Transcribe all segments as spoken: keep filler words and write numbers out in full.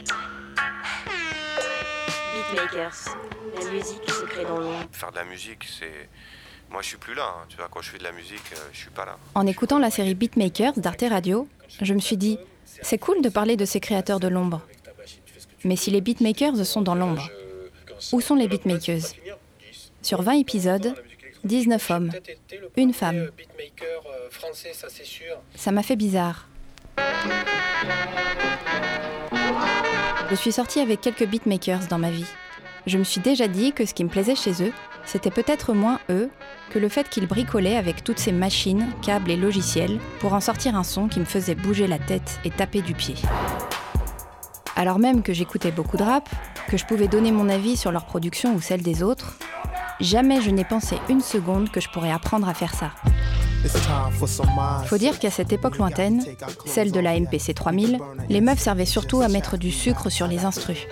Beatmakers, la musique se crée dans l'ombre. Faire de la musique, c'est... Moi, je suis plus là. Hein. Tu vois, quand je fais de la musique, euh, je suis pas là. En écoutant la série Beatmakers d'Arte Radio, je me suis dit, c'est cool de parler de ces créateurs de l'ombre. Mais si les beatmakers sont dans l'ombre, où sont les beatmakers ? Sur vingt épisodes, dix-neuf hommes, une femme. Ça m'a fait bizarre. Je suis sortie avec quelques beatmakers dans ma vie. Je me suis déjà dit que ce qui me plaisait chez eux, c'était peut-être moins eux que le fait qu'ils bricolaient avec toutes ces machines, câbles et logiciels pour en sortir un son qui me faisait bouger la tête et taper du pied. Alors même que j'écoutais beaucoup de rap, que je pouvais donner mon avis sur leur production ou celle des autres, jamais je n'ai pensé une seconde que je pourrais apprendre à faire ça. Faut dire qu'à cette époque lointaine, celle de la M P C trois mille, les meufs servaient surtout à mettre du sucre sur les instrus.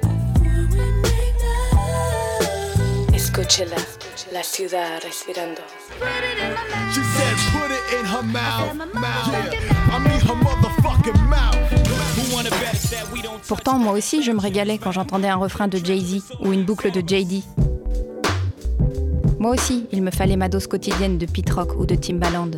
Escúchela, la ciudad respirando. She said put it in her mouth, mouth. I mean her motherfucking mouth. Pourtant, moi aussi, je me régalais quand j'entendais un refrain de Jay-Z ou une boucle de J D. Moi aussi, il me fallait ma dose quotidienne de Pete Rock ou de Timbaland.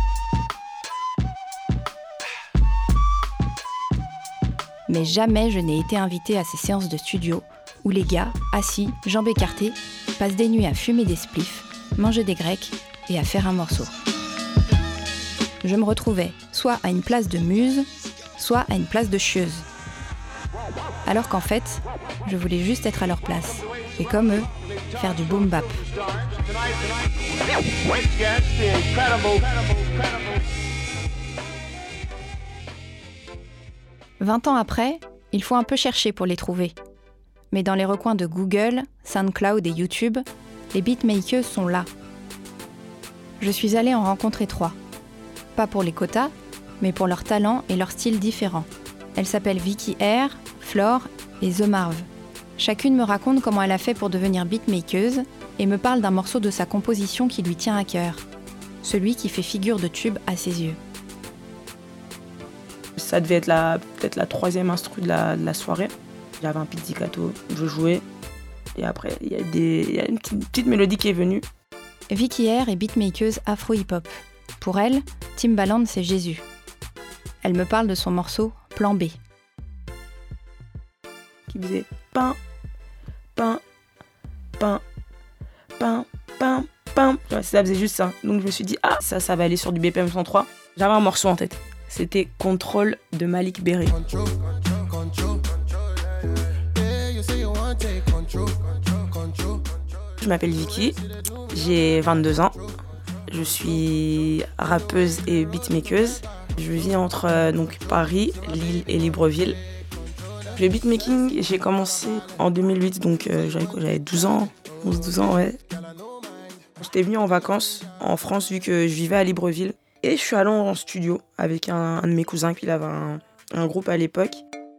Mais jamais je n'ai été invitée à ces séances de studio où les gars, assis, jambes écartées, passent des nuits à fumer des spliffs, manger des grecs et à faire un morceau. Je me retrouvais soit à une place de muse, soit à une place de chieuse. Alors qu'en fait, je voulais juste être à leur place. Et comme eux, faire du boom bap. Vingt ans après, il faut un peu chercher pour les trouver. Mais dans les recoins de Google, SoundCloud et YouTube, les beatmakers sont là. Je suis allée en rencontrer trois. Pas pour les quotas, mais pour leur talent et leur style différent. Elles s'appellent Vicky R, Flore et The Marv. Chacune me raconte comment elle a fait pour devenir beatmakeuse et me parle d'un morceau de sa composition qui lui tient à cœur. Celui qui fait figure de tube à ses yeux. Ça devait être la, peut-être la troisième instru de la, de la soirée. J'avais un pizzicato, je jouais. Et après, il y a, des, il y a une petite, petite mélodie qui est venue. Vicky R est beatmakeuse afro-hip-hop. Pour elle, Timbaland, c'est Jésus. Elle me parle de son morceau Plan B. Qui faisait pain, pain, pain, pain, pain, pain. Ouais, ça faisait juste ça. Donc je me suis dit, ah, ça, ça va aller sur du B P M cent trois. J'avais un morceau en tête. C'était Contrôle de Malik Berry. Je m'appelle Vicky, j'ai vingt-deux ans. Je suis rappeuse et beatmakeuse. Je vis entre euh, donc Paris, Lille et Libreville. Le beatmaking, j'ai commencé en deux mille huit, donc euh, j'avais, quoi, j'avais douze ans, onze douze ans, ouais. J'étais venue en vacances en France vu que je vivais à Libreville. Et je suis allée en studio avec un, un de mes cousins qui avait un, un groupe à l'époque.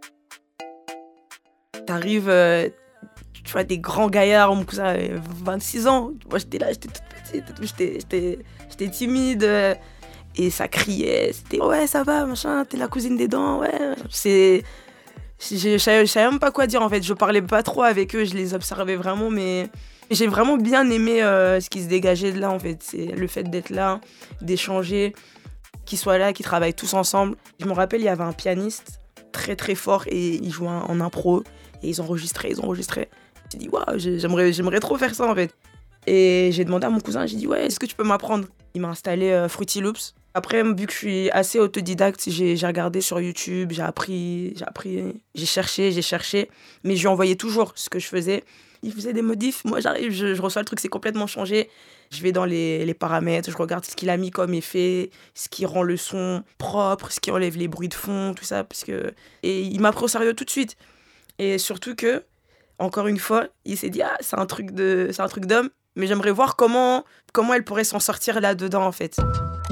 T'arrives, euh, tu vois, des grands gaillards, mon cousin avait vingt-six ans. Moi, j'étais là, j'étais toute petite, j'étais, j'étais, j'étais timide. Euh, et ça criait, c'était « Ouais, ça va, machin, t'es la cousine des dents, ouais. » C'est... Je, je, savais, je savais même pas quoi dire, en fait. Je parlais pas trop avec eux, je les observais vraiment, mais... J'ai vraiment bien aimé euh, ce qui se dégageait de là, en fait. C'est le fait d'être là, d'échanger, qu'ils soient là, qu'ils travaillent tous ensemble. Je me rappelle, il y avait un pianiste très, très fort et il jouait en impro. Et ils enregistraient, ils enregistraient. J'ai dit, waouh, j'aimerais, j'aimerais trop faire ça, en fait. Et j'ai demandé à mon cousin, j'ai dit, ouais, est-ce que tu peux m'apprendre ? Il m'a installé euh, Fruity Loops. Après, vu que je suis assez autodidacte, j'ai, j'ai regardé sur YouTube, j'ai appris, j'ai appris, j'ai cherché, j'ai cherché. Mais je lui envoyais toujours ce que je faisais. Il faisait des modifs. Moi, j'arrive, je, je reçois le truc, c'est complètement changé. Je vais dans les, les paramètres, je regarde ce qu'il a mis comme effet, ce qui rend le son propre, ce qui enlève les bruits de fond, tout ça. Parce que... Et il m'a pris au sérieux tout de suite. Et surtout que, encore une fois, il s'est dit, ah, c'est un truc de, c'est un truc d'homme, mais j'aimerais voir comment, comment elle pourrait s'en sortir là-dedans, en fait.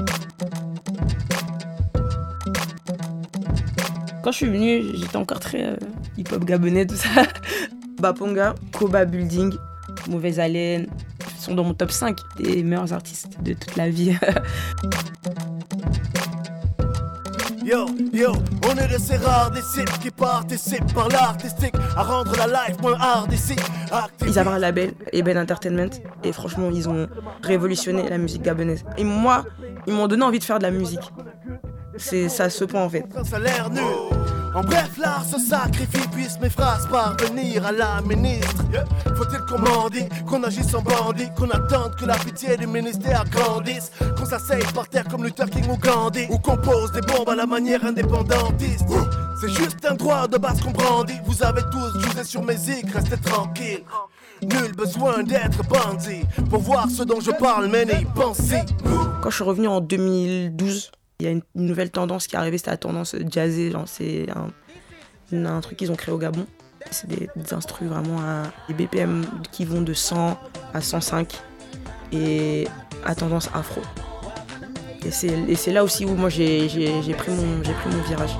Quand je suis venue, j'étais encore très euh, hip-hop gabonais, tout ça. Baponga, Koba Building, Mauvaise Haleine, sont dans mon top cinq des meilleurs artistes de toute la vie. Yo, yo, on est de ces rares disciples qui participent par l'artistique à rendre la life moins hard ici. Ils avaient un label, Eben Entertainment, et franchement, ils ont révolutionné la musique gabonaise. Et moi, ils m'ont donné envie de faire de la musique. C'est ça ce point en fait. Ça a l'air nul. En bref, l'art se sacrifie, puisse mes phrases parvenir à la ministre. Faut-il qu'on mendie, qu'on agisse en bandit, qu'on attende que la pitié du ministère grandisse, qu'on s'asseye par terre comme Luther King ou Gandhi, ou qu'on pose des bombes à la manière indépendantiste. C'est juste un droit de base qu'on brandit. Vous avez tous jugé sur mes zigs, restez tranquille. Nul besoin d'être bandit pour voir ce dont je parle, mais n'y pensez. Quand je suis revenu en deux mille douze, il y a une nouvelle tendance qui est arrivée, c'était la tendance jazzée. Genre c'est un, un truc qu'ils ont créé au Gabon. C'est des, des instrus vraiment à des B P M qui vont de cent à cent cinq et à tendance afro. Et c'est, et c'est là aussi où moi j'ai, j'ai, j'ai, pris, mon, j'ai pris mon virage.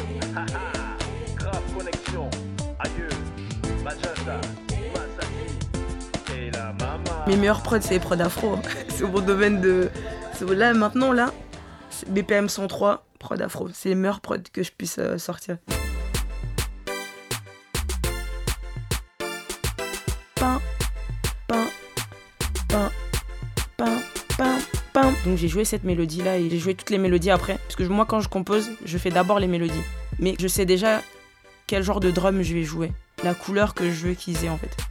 Mes meilleurs prods, c'est les prods afro. C'est mon domaine de... Là, maintenant, là, B P M cent trois, prod afro. C'est les meilleurs prods que je puisse euh, sortir. Pam, pam, pam, pam, pam, pam. Donc j'ai joué cette mélodie-là et j'ai joué toutes les mélodies après. Parce que moi, quand je compose, je fais d'abord les mélodies. Mais je sais déjà quel genre de drum je vais jouer. La couleur que je veux qu'ils aient, en fait.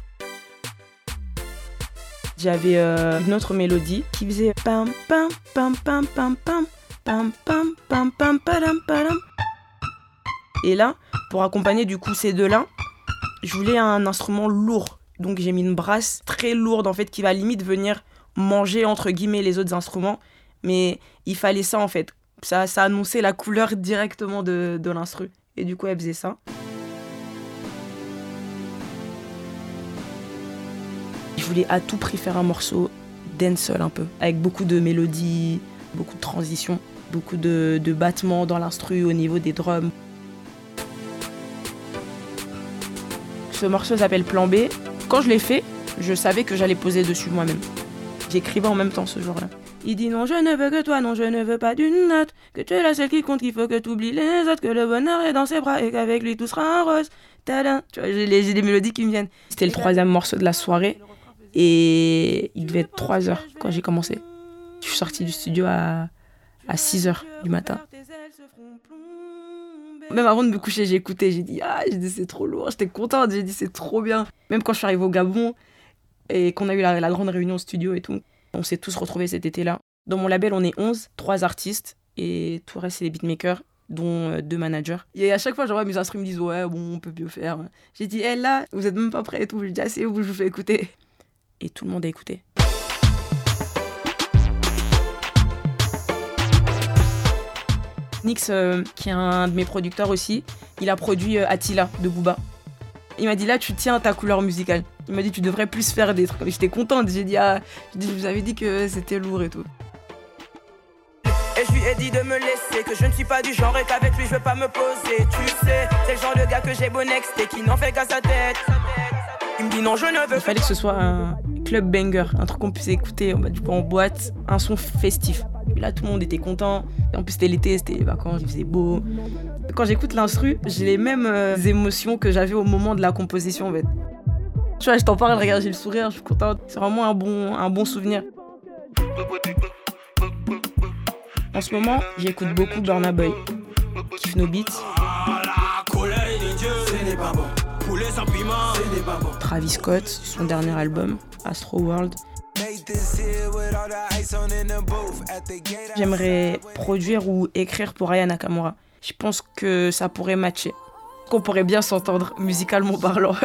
J'avais euh, une autre mélodie qui faisait pam pam pam pam pam pam pam pam pam pam padam padam. Et là, pour accompagner du coup ces deux-là, je voulais un instrument lourd. Donc j'ai mis une brasse très lourde en fait qui va limite venir manger entre guillemets les autres instruments. Mais il fallait ça en fait. Ça, ça annonçait la couleur directement de, de l'instru. Et du coup elle faisait ça. Je voulais à tout prix faire un morceau dancehall un peu, avec beaucoup de mélodies, beaucoup de transitions, beaucoup de, de battements dans l'instru au niveau des drums. Ce morceau s'appelle Plan B. Quand je l'ai fait, je savais que j'allais poser dessus moi-même. J'écrivais en même temps ce jour-là. Il dit non, je ne veux que toi, non, je ne veux pas d'une note, que tu es la seule qui compte, qu'il faut que tu oublies les autres, que le bonheur est dans ses bras et qu'avec lui tout sera rose. Tadam. Tu vois, j'ai les, j'ai des mélodies qui me viennent. C'était le troisième morceau de la soirée. Et il devait être trois heures quand j'ai commencé. Je suis sortie du studio à, à six heures du matin. Même avant de me coucher, j'ai écouté, j'ai dit « Ah, j'ai dit, c'est trop lourd », j'étais contente, j'ai dit « C'est trop bien ». Même quand je suis arrivée au Gabon et qu'on a eu la, la grande réunion au studio et tout, on s'est tous retrouvés cet été-là. Dans mon label, on est onze, trois artistes et tout le reste, c'est des beatmakers, dont euh, deux managers. Et à chaque fois, genre, mes instruments me disent « Ouais, bon, on peut mieux faire ». J'ai dit hey, « là, vous êtes même pas prêts et tout ». J'ai dit « Assez, vous, je vous fais écouter ». Et tout le monde a écouté. Nix, euh, qui est un de mes producteurs aussi, il a produit euh, Attila de Booba. Il m'a dit là, tu tiens ta couleur musicale. Il m'a dit tu devrais plus faire des trucs. J'étais contente, j'ai dit ah, j'ai dit, je vous avais dit que c'était lourd et tout. Et je lui ai dit de me laisser, que je ne suis pas du genre et qu'avec lui je veux pas me poser. Tu sais, c'est le genre de gars que j'ai beau next et qui n'en fait qu'à sa tête. Il me dit non, je ne veux. Il fallait que ce soit un club banger, un truc qu'on puisse écouter bah, du coup, en boîte, un son festif. Et là, tout le monde était content. Et en plus, c'était l'été, c'était les vacances, il faisait beau. Quand j'écoute l'instru, j'ai les mêmes euh, émotions que j'avais au moment de la composition, en fait. Tu vois, je t'en parle, regarde, j'ai le sourire, je suis contente. C'est vraiment un bon, un bon souvenir. En ce moment, j'écoute beaucoup Burna Boy, Kif No Beat, Travis Scott, son dernier album, Astro World. J'aimerais produire ou écrire pour Aya Nakamura. Je pense que ça pourrait matcher, qu'on pourrait bien s'entendre musicalement parlant.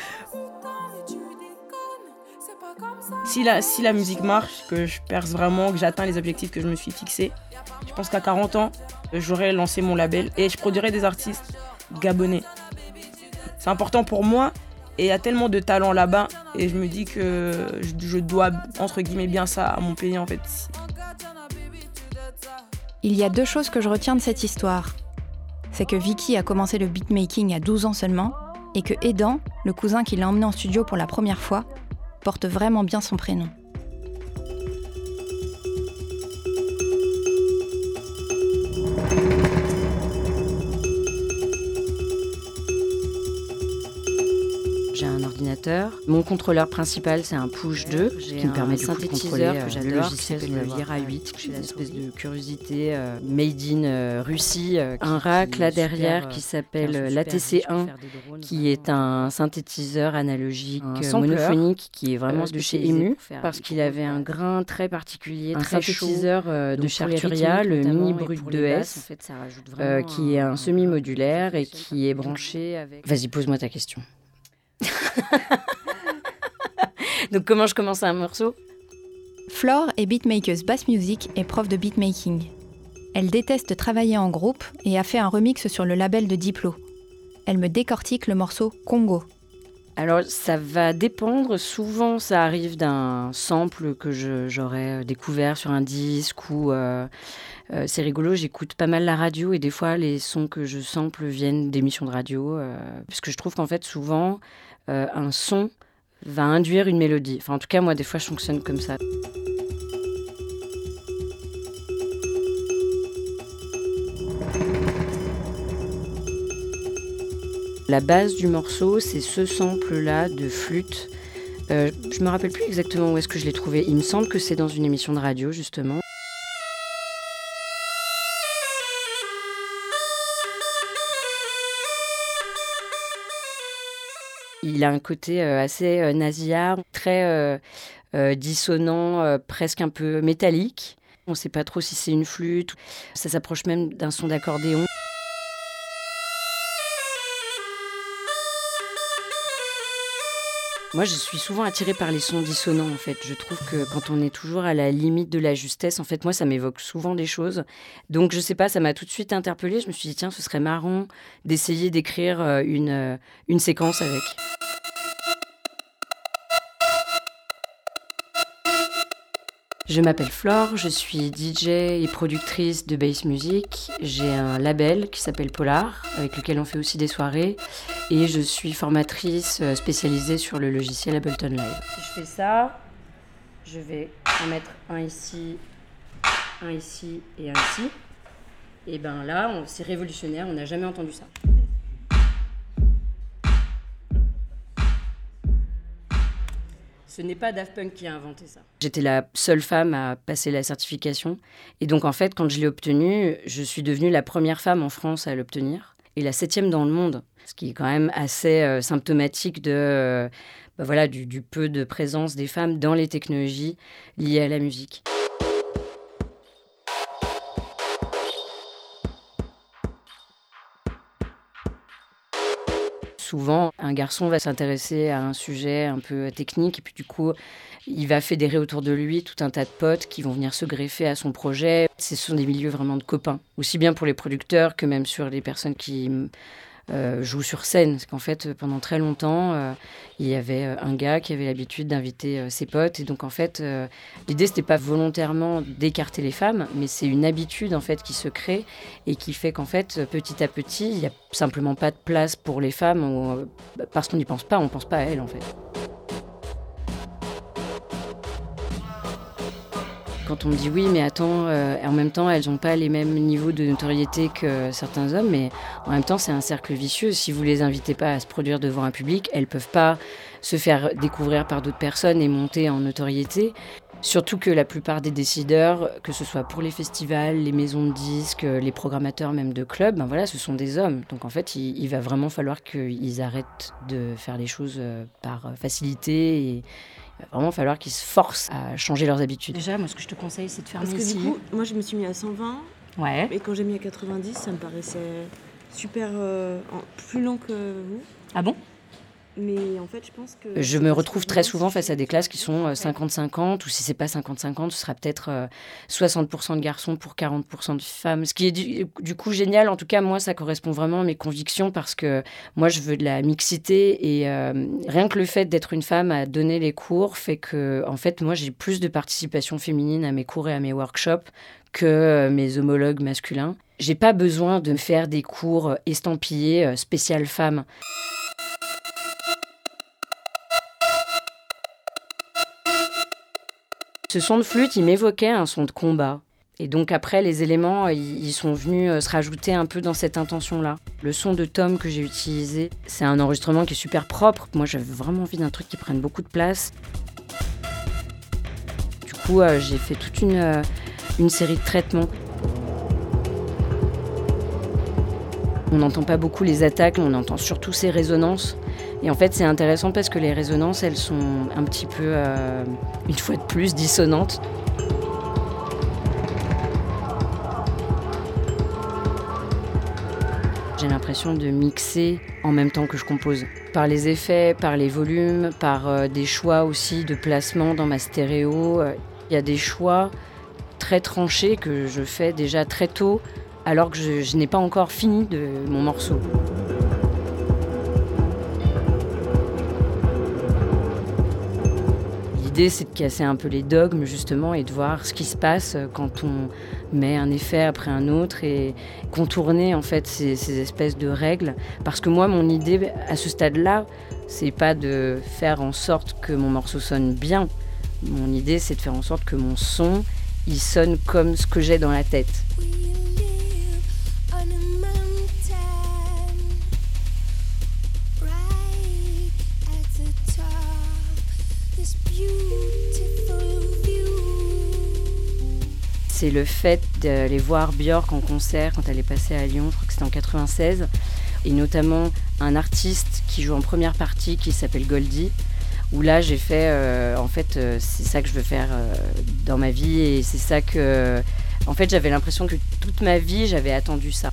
Si la, si la musique marche, que je perce vraiment, que j'atteins les objectifs que je me suis fixés, je pense qu'à quarante ans, j'aurais lancé mon label et je produirais des artistes gabonais. C'est important pour moi et il y a tellement de talent là-bas et je me dis que je, je dois, entre guillemets, bien ça à mon pays en fait. Il y a deux choses que je retiens de cette histoire. C'est que Vicky a commencé le beatmaking à douze ans seulement et que Edan, le cousin qui l'a emmené en studio pour la première fois, porte vraiment bien son prénom. J'ai un ordinateur. Mon contrôleur principal, c'est un Push deux qui me permet de synthétiseur que j'adore, le logiciel de Ira huit. J'ai une espèce de curiosité euh, made in euh, Russie. Euh, un rack là derrière qui s'appelle l'A T C un, qui est un synthétiseur analogique euh, monophonique qui est vraiment de chez Emu parce qu'il avait un grain très particulier, un très synthétiseur euh, de chez Arturia, le Mini Brut deux S, en fait, euh, qui est un semi-modulaire et qui est branché avec... Vas-y, pose-moi ta question. Donc comment je commence un morceau ? Flore est beatmakeuse bass music et prof de beatmaking. Elle déteste travailler en groupe et a fait un remix sur le label de Diplo. Elle me décortique le morceau Congo. Alors ça va dépendre, souvent ça arrive d'un sample que je, j'aurais découvert sur un disque ou euh, euh, c'est rigolo, j'écoute pas mal la radio et des fois les sons que je sample viennent d'émissions de radio euh, parce que je trouve qu'en fait souvent euh, un son va induire une mélodie. Enfin en tout cas moi des fois je fonctionne comme ça. La base du morceau, c'est ce sample-là de flûte. Euh, je me rappelle plus exactement où est-ce que je l'ai trouvé. Il me semble que c'est dans une émission de radio, justement. Il a un côté euh, assez euh, nasillard, très euh, euh, dissonant, euh, presque un peu métallique. On ne sait pas trop si c'est une flûte. Ça s'approche même d'un son d'accordéon. Moi, je suis souvent attirée par les sons dissonants, en fait. Je trouve que quand on est toujours à la limite de la justesse, en fait, moi, ça m'évoque souvent des choses. Donc, je sais pas, ça m'a tout de suite interpellée. Je me suis dit, tiens, ce serait marrant d'essayer d'écrire une, une séquence avec. Je m'appelle Flore, je suis D J et productrice de bass music. J'ai un label qui s'appelle Polar, avec lequel on fait aussi des soirées. Et je suis formatrice spécialisée sur le logiciel Ableton Live. Si je fais ça, je vais en mettre un ici, un ici et un ici. Et bien là, on, c'est révolutionnaire, on n'a jamais entendu ça. Ce n'est pas Daft Punk qui a inventé ça. J'étais la seule femme à passer la certification. Et donc, en fait, quand je l'ai obtenue, je suis devenue la première femme en France à l'obtenir. Et la septième dans le monde. Ce qui est quand même assez euh, symptomatique de, euh, bah voilà, du, du peu de présence des femmes dans les technologies liées à la musique. Souvent, un garçon va s'intéresser à un sujet un peu technique et puis du coup, il va fédérer autour de lui tout un tas de potes qui vont venir se greffer à son projet. Ce sont des milieux vraiment de copains, aussi bien pour les producteurs que même sur les personnes qui euh, jouent sur scène. Parce qu'en fait, pendant très longtemps, euh, il y avait un gars qui avait l'habitude d'inviter euh, ses potes. Et donc, en fait, euh, l'idée, c'était pas volontairement d'écarter les femmes, mais c'est une habitude, en fait, qui se crée et qui fait qu'en fait, petit à petit, il n'y a simplement pas de place pour les femmes ou, parce qu'on n'y pense pas, on ne pense pas à elles, en fait. Quand on me dit oui, mais attends, euh, en même temps, elles n'ont pas les mêmes niveaux de notoriété que certains hommes, mais en même temps, c'est un cercle vicieux. Si vous les invitez pas à se produire devant un public, elles peuvent pas se faire découvrir par d'autres personnes et monter en notoriété. Surtout que la plupart des décideurs, que ce soit pour les festivals, les maisons de disques, les programmateurs même de clubs, ben voilà, ce sont des hommes. Donc en fait, il, il va vraiment falloir qu'ils arrêtent de faire les choses par facilité et il va vraiment falloir qu'ils se forcent à changer leurs habitudes. Déjà, moi, ce que je te conseille, c'est de fermer ici. Parce que du coup, moi, je me suis mis à cent vingt. Ouais. Et quand j'ai mis à quatre-vingt-dix, ça me paraissait super euh, en, plus lent que vous. Ah bon ? Mais en fait, je pense que... Je me retrouve très souvent face à des classes qui sont cinquante cinquante, ou si c'est pas cinquante cinquante, ce sera peut-être soixante pour cent de garçons pour quarante pour cent de femmes. Ce qui est du, du coup génial, en tout cas, moi, ça correspond vraiment à mes convictions parce que moi, je veux de la mixité et euh, rien que le fait d'être une femme à donner les cours fait que, en fait, moi, j'ai plus de participation féminine à mes cours et à mes workshops que mes homologues masculins. J'ai pas besoin de faire des cours estampillés spécial femmes. Ce son de flûte, il m'évoquait un son de combat. Et donc après, les éléments, ils sont venus se rajouter un peu dans cette intention-là. Le son de Tom que j'ai utilisé, c'est un enregistrement qui est super propre. Moi, j'avais vraiment envie d'un truc qui prenne beaucoup de place. Du coup, euh, j'ai fait toute une, euh, une série de traitements. On n'entend pas beaucoup les attaques, on entend surtout ces résonances. Et en fait, c'est intéressant parce que les résonances, elles sont un petit peu, euh, une fois de plus, dissonantes. J'ai l'impression de mixer en même temps que je compose. Par les effets, par les volumes, par euh, des choix aussi de placement dans ma stéréo. Il y a des choix très tranchés que je fais déjà très tôt, alors que je, je n'ai pas encore fini de mon morceau. L'idée, c'est de casser un peu les dogmes, justement, et de voir ce qui se passe quand on met un effet après un autre et contourner, en fait, ces, ces espèces de règles. Parce que moi, mon idée, à ce stade-là, c'est pas de faire en sorte que mon morceau sonne bien. Mon idée, c'est de faire en sorte que mon son, il sonne comme ce que j'ai dans la tête. C'est le fait d'aller voir Björk en concert quand elle est passée à Lyon, je crois que c'était en quatre-vingt-seize, et notamment un artiste qui joue en première partie qui s'appelle Goldie, où là j'ai fait, euh, en fait euh, c'est ça que je veux faire euh, dans ma vie, et c'est ça que, en fait j'avais l'impression que toute ma vie j'avais attendu ça.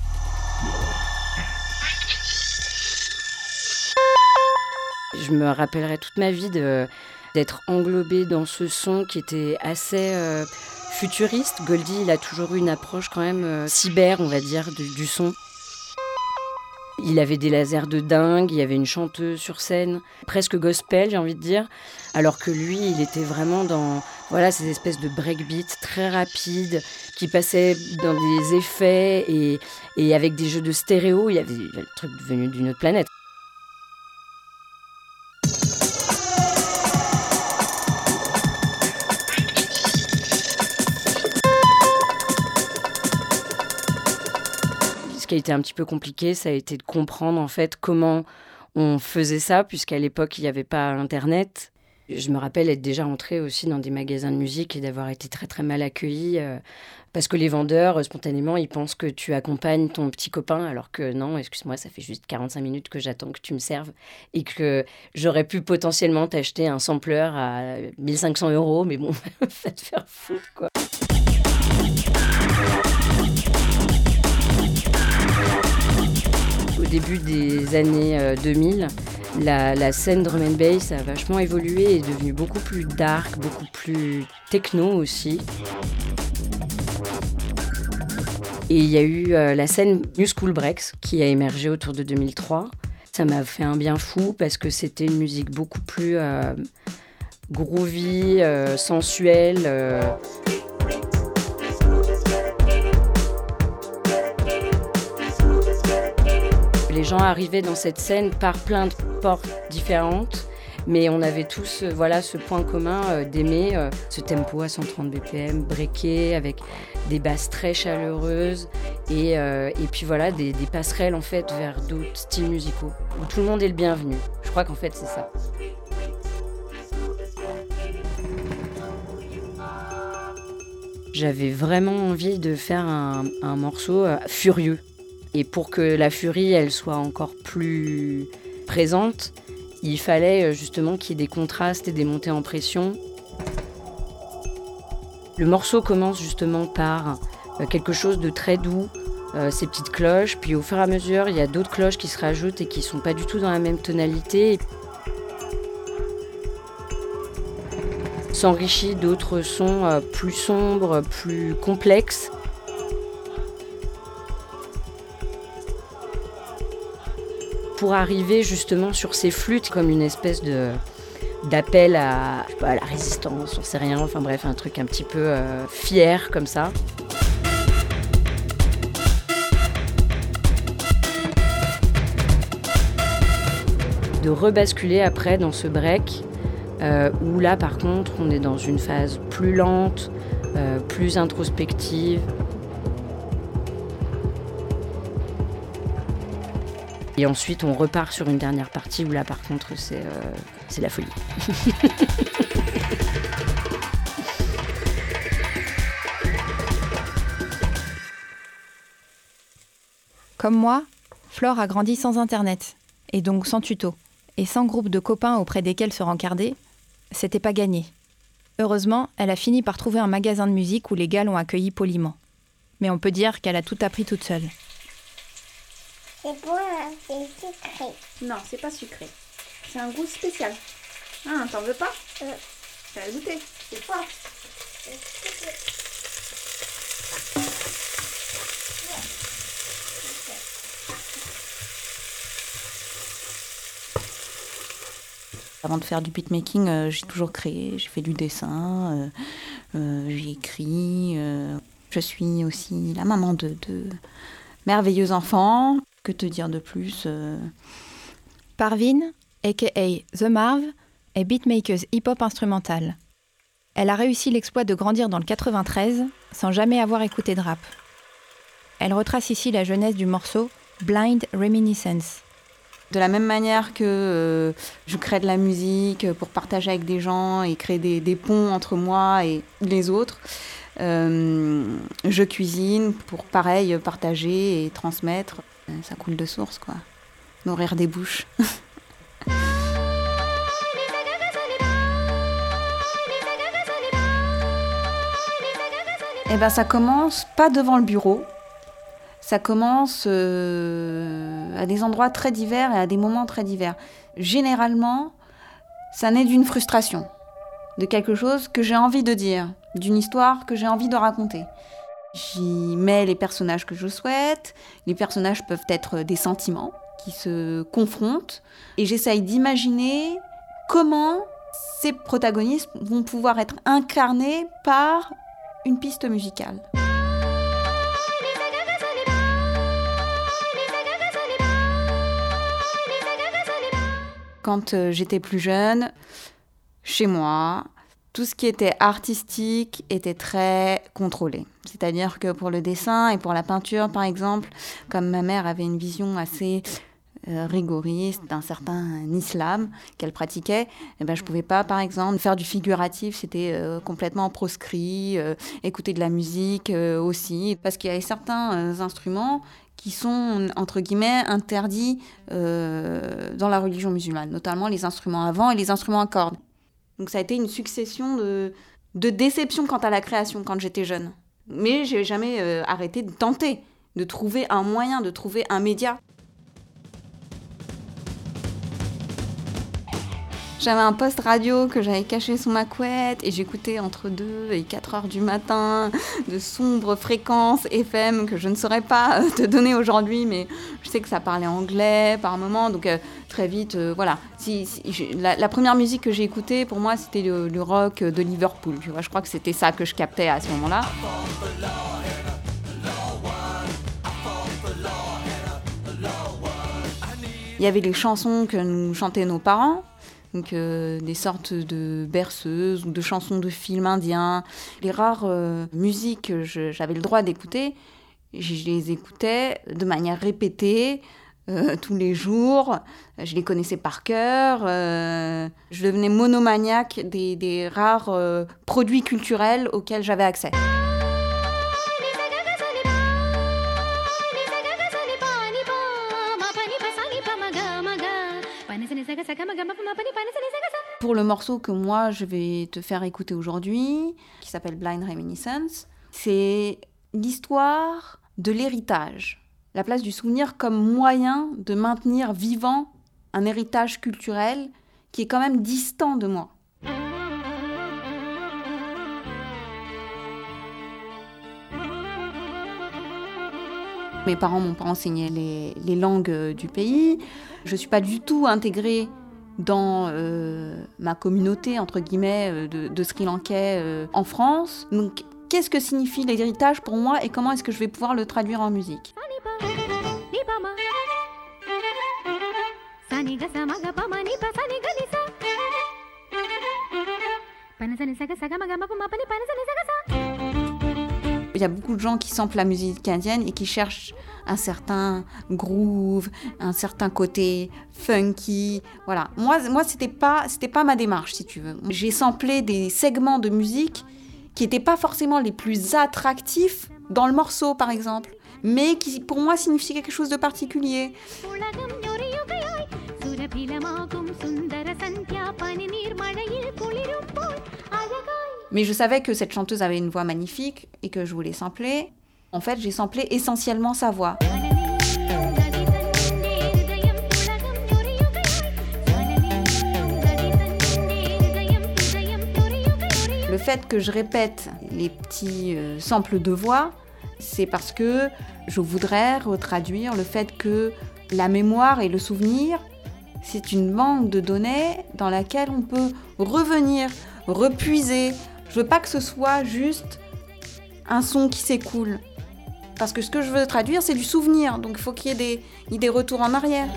Je me rappellerai toute ma vie de, d'être englobée dans ce son qui était assez... Euh, futuriste. Goldie, il a toujours eu une approche quand même euh, cyber, on va dire, du, du son. Il avait des lasers de dingue, il y avait une chanteuse sur scène, presque gospel, j'ai envie de dire, alors que lui, il était vraiment dans voilà, ces espèces de breakbeats très rapides qui passaient dans des effets et, et avec des jeux de stéréo, il y avait le truc venu d'une autre planète. Ce qui a été un petit peu compliqué, ça a été de comprendre en fait comment on faisait ça, puisqu'à l'époque, il n'y avait pas Internet. Je me rappelle être déjà entrée aussi dans des magasins de musique et d'avoir été très très mal accueillie, euh, parce que les vendeurs, spontanément, ils pensent que tu accompagnes ton petit copain, alors que non, excuse-moi, ça fait juste quarante-cinq minutes que j'attends que tu me serves, et que j'aurais pu potentiellement t'acheter un sampler à mille cinq cents euros, mais bon, va te faire foutre, quoi. Au début des années euh, deux mille, la, la scène drum and bass a vachement évolué et est devenue beaucoup plus dark, beaucoup plus techno aussi. Et il y a eu euh, la scène New School Breaks qui a émergé autour de deux mille trois. Ça m'a fait un bien fou parce que c'était une musique beaucoup plus euh, groovy, euh, sensuelle. Euh, Les gens arrivaient dans cette scène par plein de portes différentes, mais on avait tous euh, voilà, ce point commun euh, d'aimer euh, ce tempo à cent trente B P M, breaké, avec des basses très chaleureuses, et, euh, et puis voilà, des, des passerelles en fait, vers d'autres styles musicaux, où tout le monde est le bienvenu. Je crois qu'en fait, c'est ça. J'avais vraiment envie de faire un, un morceau euh, furieux. Et pour que la furie, elle soit encore plus présente, il fallait justement qu'il y ait des contrastes et des montées en pression. Le morceau commence justement par quelque chose de très doux, euh, ces petites cloches, puis au fur et à mesure, il y a d'autres cloches qui se rajoutent et qui ne sont pas du tout dans la même tonalité. S'enrichit d'autres sons euh, plus sombres, plus complexes. Pour arriver justement sur ces flûtes comme une espèce de, d'appel à, je sais pas, à la résistance, on sait rien, enfin bref, un truc un petit peu euh, fier comme ça. De rebasculer après dans ce break, euh, où là par contre on est dans une phase plus lente, euh, plus introspective. Et ensuite, on repart sur une dernière partie où là, par contre, c'est, euh, c'est la folie. Comme moi, Flore a grandi sans Internet, et donc sans tuto, et sans groupe de copains auprès desquels se rencarder. C'était pas gagné. Heureusement, elle a fini par trouver un magasin de musique où les gars l'ont accueillie poliment. Mais on peut dire qu'elle a tout appris toute seule. C'est bon, c'est sucré. Non, c'est pas sucré. C'est un goût spécial. Ah, t'en veux pas euh. Tu vas goûter. C'est fort. Avant de faire du beatmaking, euh, j'ai toujours créé. J'ai fait du dessin, euh, euh, j'ai écrit. Euh. Je suis aussi la maman de, de merveilleux enfants. Que te dire de plus euh... Parveen, aka The Marv, est beatmakeuse hip-hop instrumentale. Elle a réussi l'exploit de grandir dans le quatre-vingt-treize sans jamais avoir écouté de rap. Elle retrace ici la jeunesse du morceau Blind Reminiscence. De la même manière que euh, je crée de la musique pour partager avec des gens et créer des, des ponts entre moi et les autres, euh, je cuisine pour, pareil, partager et transmettre. Ça coule de source, quoi. Nourrir des bouches. Eh ben, ça commence pas devant le bureau. Ça commence euh, à des endroits très divers et à des moments très divers. Généralement, ça naît d'une frustration, de quelque chose que j'ai envie de dire, d'une histoire que j'ai envie de raconter. J'y mets les personnages que je souhaite. Les personnages peuvent être des sentiments qui se confrontent. Et j'essaye d'imaginer comment ces protagonistes vont pouvoir être incarnés par une piste musicale. Quand j'étais plus jeune, chez moi, tout ce qui était artistique était très contrôlé. C'est-à-dire que pour le dessin et pour la peinture, par exemple, comme ma mère avait une vision assez euh, rigoriste d'un certain islam qu'elle pratiquait, eh ben, je ne pouvais pas, par exemple, faire du figuratif. C'était euh, complètement proscrit. Euh, écouter de la musique euh, aussi. Parce qu'il y avait certains euh, instruments qui sont, entre guillemets, interdits euh, dans la religion musulmane, notamment les instruments à vent et les instruments à cordes. Donc ça a été une succession de, de déceptions quant à la création quand j'étais jeune. Mais je n'ai jamais euh, arrêté de tenter, de trouver un moyen, de trouver un média. J'avais un poste radio que j'avais caché sous ma couette et j'écoutais entre deux et quatre heures du matin de sombres fréquences F M que je ne saurais pas te donner aujourd'hui, mais je sais que ça parlait anglais par moment, donc euh, très vite, euh, voilà. Si, si, je, la, la première musique que j'ai écoutée, pour moi, c'était le, le rock de Liverpool, tu vois. Je crois que c'était ça que je captais à ce moment-là. Il y avait les chansons que nous chantaient nos parents. Donc euh, des sortes de berceuses ou de chansons de films indiens. Les rares euh, musiques que je, j'avais le droit d'écouter, je, je les écoutais de manière répétée, euh, tous les jours. Je les connaissais par cœur. Euh, je devenais monomaniaque des, des rares euh, produits culturels auxquels j'avais accès. Pour le morceau que moi je vais te faire écouter aujourd'hui, qui s'appelle Blind Reminiscence, c'est l'histoire de l'héritage, la place du souvenir comme moyen de maintenir vivant un héritage culturel qui est quand même distant de moi. Mes parents m'ont pas enseigné les, les langues du pays. Je suis pas du tout intégrée dans euh, ma communauté, entre guillemets, de, de Sri Lankais euh, en France. Donc, qu'est-ce que signifie l'héritage pour moi et comment est-ce que je vais pouvoir le traduire en musique ? il y a beaucoup de gens qui samplent la musique indienne et qui cherchent un certain groove, un certain côté funky. Voilà. Moi, moi c'était pas, c'était pas ma démarche, si tu veux. J'ai samplé des segments de musique qui n'étaient pas forcément les plus attractifs dans le morceau, par exemple, mais qui, pour moi, signifiaient quelque chose de particulier. Mais je savais que cette chanteuse avait une voix magnifique et que je voulais sampler. En fait, j'ai samplé essentiellement sa voix. Le fait que je répète les petits euh, samples de voix, c'est parce que je voudrais retraduire le fait que la mémoire et le souvenir, c'est une banque de données dans laquelle on peut revenir, repuiser. Je veux pas que ce soit juste un son qui s'écoule. Parce que ce que je veux traduire, c'est du souvenir. Donc il faut qu'il y ait des, il y ait des retours en arrière.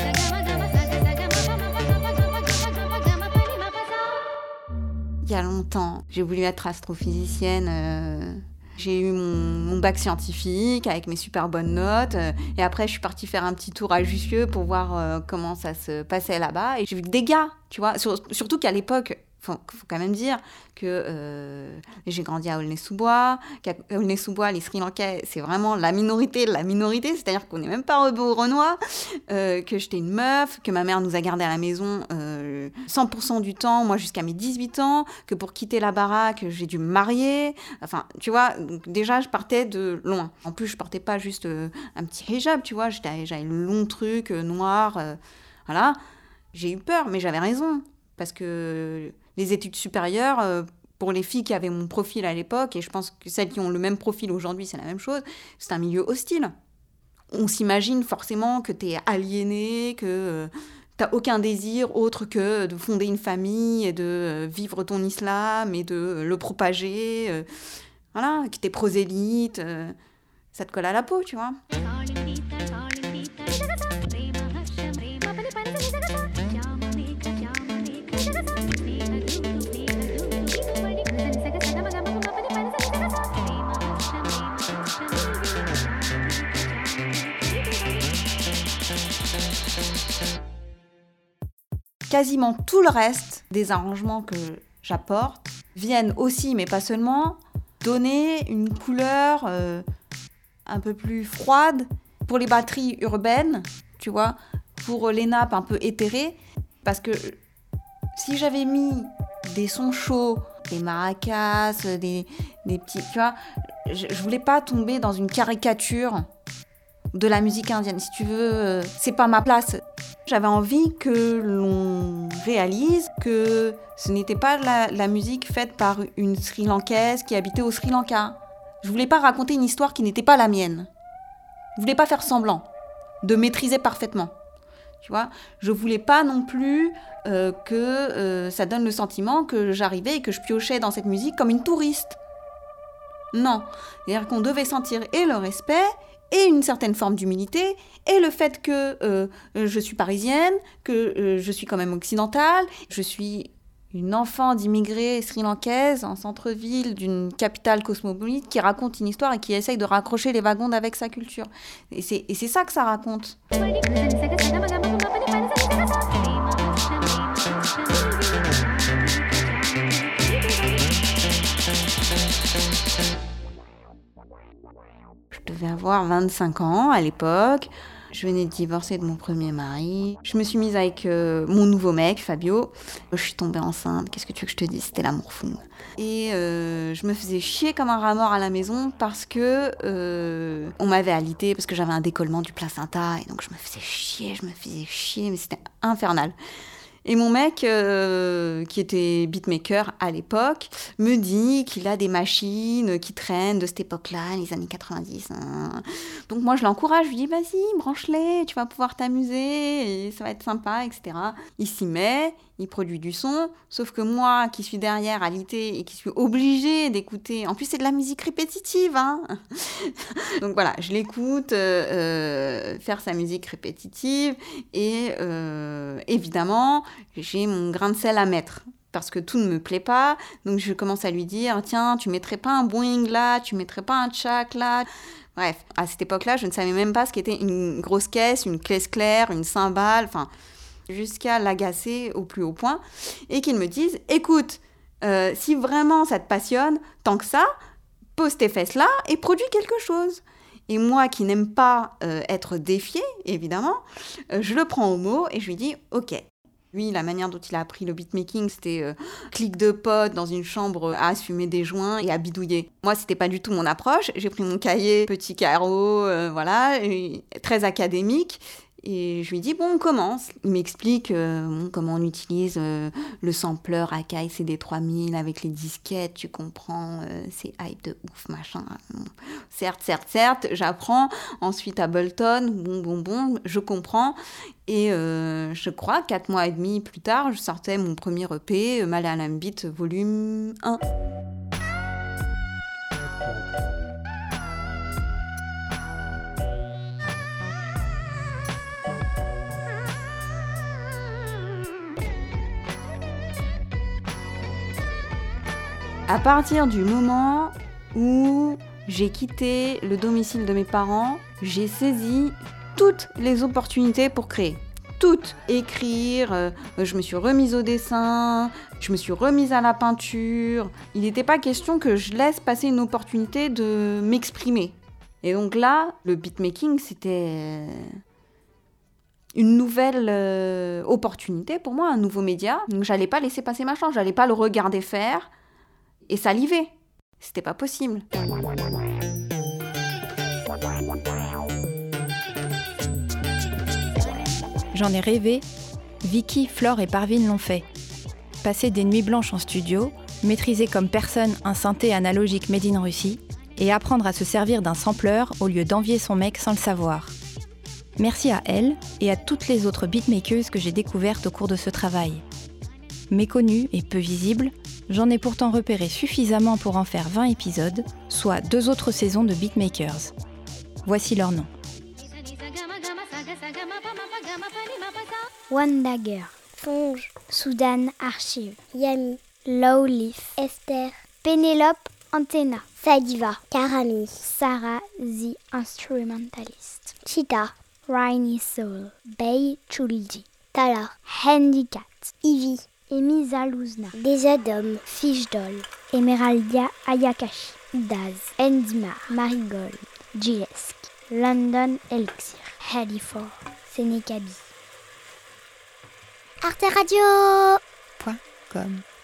Il y a longtemps, j'ai voulu être astrophysicienne. Euh, j'ai eu mon, mon bac scientifique avec mes super bonnes notes. Euh, et après, je suis partie faire un petit tour à Jussieu pour voir euh, comment ça se passait là-bas. Et j'ai vu des gars, tu vois. Sur, surtout qu'à l'époque, il faut, faut quand même dire que euh, j'ai grandi à Aulnay-sous-Bois, qu'à Aulnay-sous-Bois, les Sri Lankais, c'est vraiment la minorité de la minorité, c'est-à-dire qu'on n'est même pas au Renoir, euh, que j'étais une meuf, que ma mère nous a gardés à la maison euh, cent pour cent du temps, moi jusqu'à mes dix-huit ans, que pour quitter la baraque, j'ai dû me marier. Enfin, tu vois, donc déjà, je partais de loin. En plus, je portais pas juste euh, un petit hijab, tu vois, j'étais, j'avais le long truc euh, noir, euh, voilà. J'ai eu peur, mais j'avais raison, parce que les études supérieures, euh, pour les filles qui avaient mon profil à l'époque, et je pense que celles qui ont le même profil aujourd'hui, c'est la même chose, c'est un milieu hostile. On s'imagine forcément que t'es aliéné, que euh, t'as aucun désir autre que de fonder une famille et de euh, vivre ton islam et de euh, le propager. Euh, voilà, que t'es prosélyte, euh, ça te colle à la peau, tu vois. Quasiment tout le reste des arrangements que j'apporte viennent aussi, mais pas seulement, donner une couleur euh, un peu plus froide pour les batteries urbaines, tu vois, pour les nappes un peu éthérées, parce que si j'avais mis des sons chauds, des maracas, des, des petits, tu vois, je, je voulais pas tomber dans une caricature de la musique indienne, si tu veux, euh, c'est pas ma place. J'avais envie que l'on réalise que ce n'était pas la, la musique faite par une Sri Lankaise qui habitait au Sri Lanka. Je voulais pas raconter une histoire qui n'était pas la mienne. Je voulais pas faire semblant de maîtriser parfaitement. Tu vois, je voulais pas non plus euh, que euh, ça donne le sentiment que j'arrivais et que je piochais dans cette musique comme une touriste. Non, c'est-à-dire qu'on devait sentir et le respect et une certaine forme d'humilité, et le fait que euh, je suis parisienne, que euh, je suis quand même occidentale, je suis une enfant d'immigrés sri-lankaise en centre-ville d'une capitale cosmopolite qui raconte une histoire et qui essaye de raccrocher les wagons avec sa culture. Et c'est, et c'est ça que ça raconte. Je devais avoir vingt-cinq ans à l'époque. Je venais de divorcer de mon premier mari. Je me suis mise avec euh, mon nouveau mec, Fabio. Je suis tombée enceinte. Qu'est-ce que tu veux que je te dise ? C'était l'amour fou. Et euh, je me faisais chier comme un rat mort à la maison parce que euh, on m'avait alitée, parce que j'avais un décollement du placenta. Et donc je me faisais chier, je me faisais chier, mais c'était infernal. Et mon mec, euh, qui était beatmaker à l'époque, me dit qu'il a des machines qui traînent de cette époque-là, les années quatre-vingt-dix. Hein. Donc moi, je l'encourage, je lui dis, vas-y, branche-les, tu vas pouvoir t'amuser, et ça va être sympa, et cetera. Il s'y met, il produit du son, sauf que moi, qui suis derrière alité et qui suis obligée d'écouter... En plus, c'est de la musique répétitive, hein. Donc voilà, je l'écoute euh, euh, faire sa musique répétitive, et euh, évidemment... j'ai mon grain de sel à mettre. parce que tout ne me plaît pas. Donc je commence à lui dire, tiens, tu mettrais pas un boing là, tu mettrais pas un tchac là. Bref, à cette époque-là, je ne savais même pas ce qu'était une grosse caisse, une caisse claire, une cymbale, enfin, jusqu'à l'agacer au plus haut point. Et qu'il me dise, écoute, euh, si vraiment ça te passionne, tant que ça, pose tes fesses là et produis quelque chose. Et moi, qui n'aime pas euh, être défiée, évidemment, euh, je le prends au mot et je lui dis, ok. Lui, la manière dont il a appris le beatmaking, c'était euh, clic de potes dans une chambre à se fumer des joints et à bidouiller. Moi, c'était pas du tout mon approche. J'ai pris mon cahier, petit carreau, euh, voilà, et, très académique. Et je lui dis, bon, on commence. Il m'explique euh, bon, comment on utilise euh, le sampler Akai C D trois mille avec les disquettes, tu comprends, euh, c'est hype de ouf, machin. Bon, certes, certes, certes, j'apprends. Ensuite, Ableton, bon, bon, bon, je comprends. Et euh, je crois, quatre mois et demi plus tard, je sortais mon premier E P, Malayalam Beat volume un. À partir du moment où j'ai quitté le domicile de mes parents, j'ai saisi toutes les opportunités pour créer. Toutes. Écrire, euh, je me suis remise au dessin, je me suis remise à la peinture. Il n'était pas question que je laisse passer une opportunité de m'exprimer. Et donc là, le beatmaking, c'était une nouvelle euh, opportunité pour moi, un nouveau média. Donc j'allais pas laisser passer ma chance, j'allais pas le regarder faire et saliver. C'était pas possible. J'en ai rêvé. Vicky, Flore et Parvin l'ont fait. Passer des nuits blanches en studio, maîtriser comme personne un synthé analogique made in Russie et apprendre à se servir d'un sampler au lieu d'envier son mec sans le savoir. Merci à elle et à toutes les autres beatmakeuses que j'ai découvertes au cours de ce travail. Méconnues et peu visibles, j'en ai pourtant repéré suffisamment pour en faire vingt épisodes, soit deux autres saisons de Beatmakers. Voici leurs noms. One Dagger, Songe, Soudan Archive, Yami, Lowleaf, Esther, Pénélope Antenna, Sadiva, Karami, Sarah the Instrumentalist, Cheetah, Rainy Soul, Bay Chulji, Tala, Handicat, Ivy, Emiza Luzna, Desadom, Fishdoll, Emeraldia Ayakashi, Daz, Endimar, Marigold, Gilesk, London Elixir, Halifor, Sénécabi. Arte Radio Point com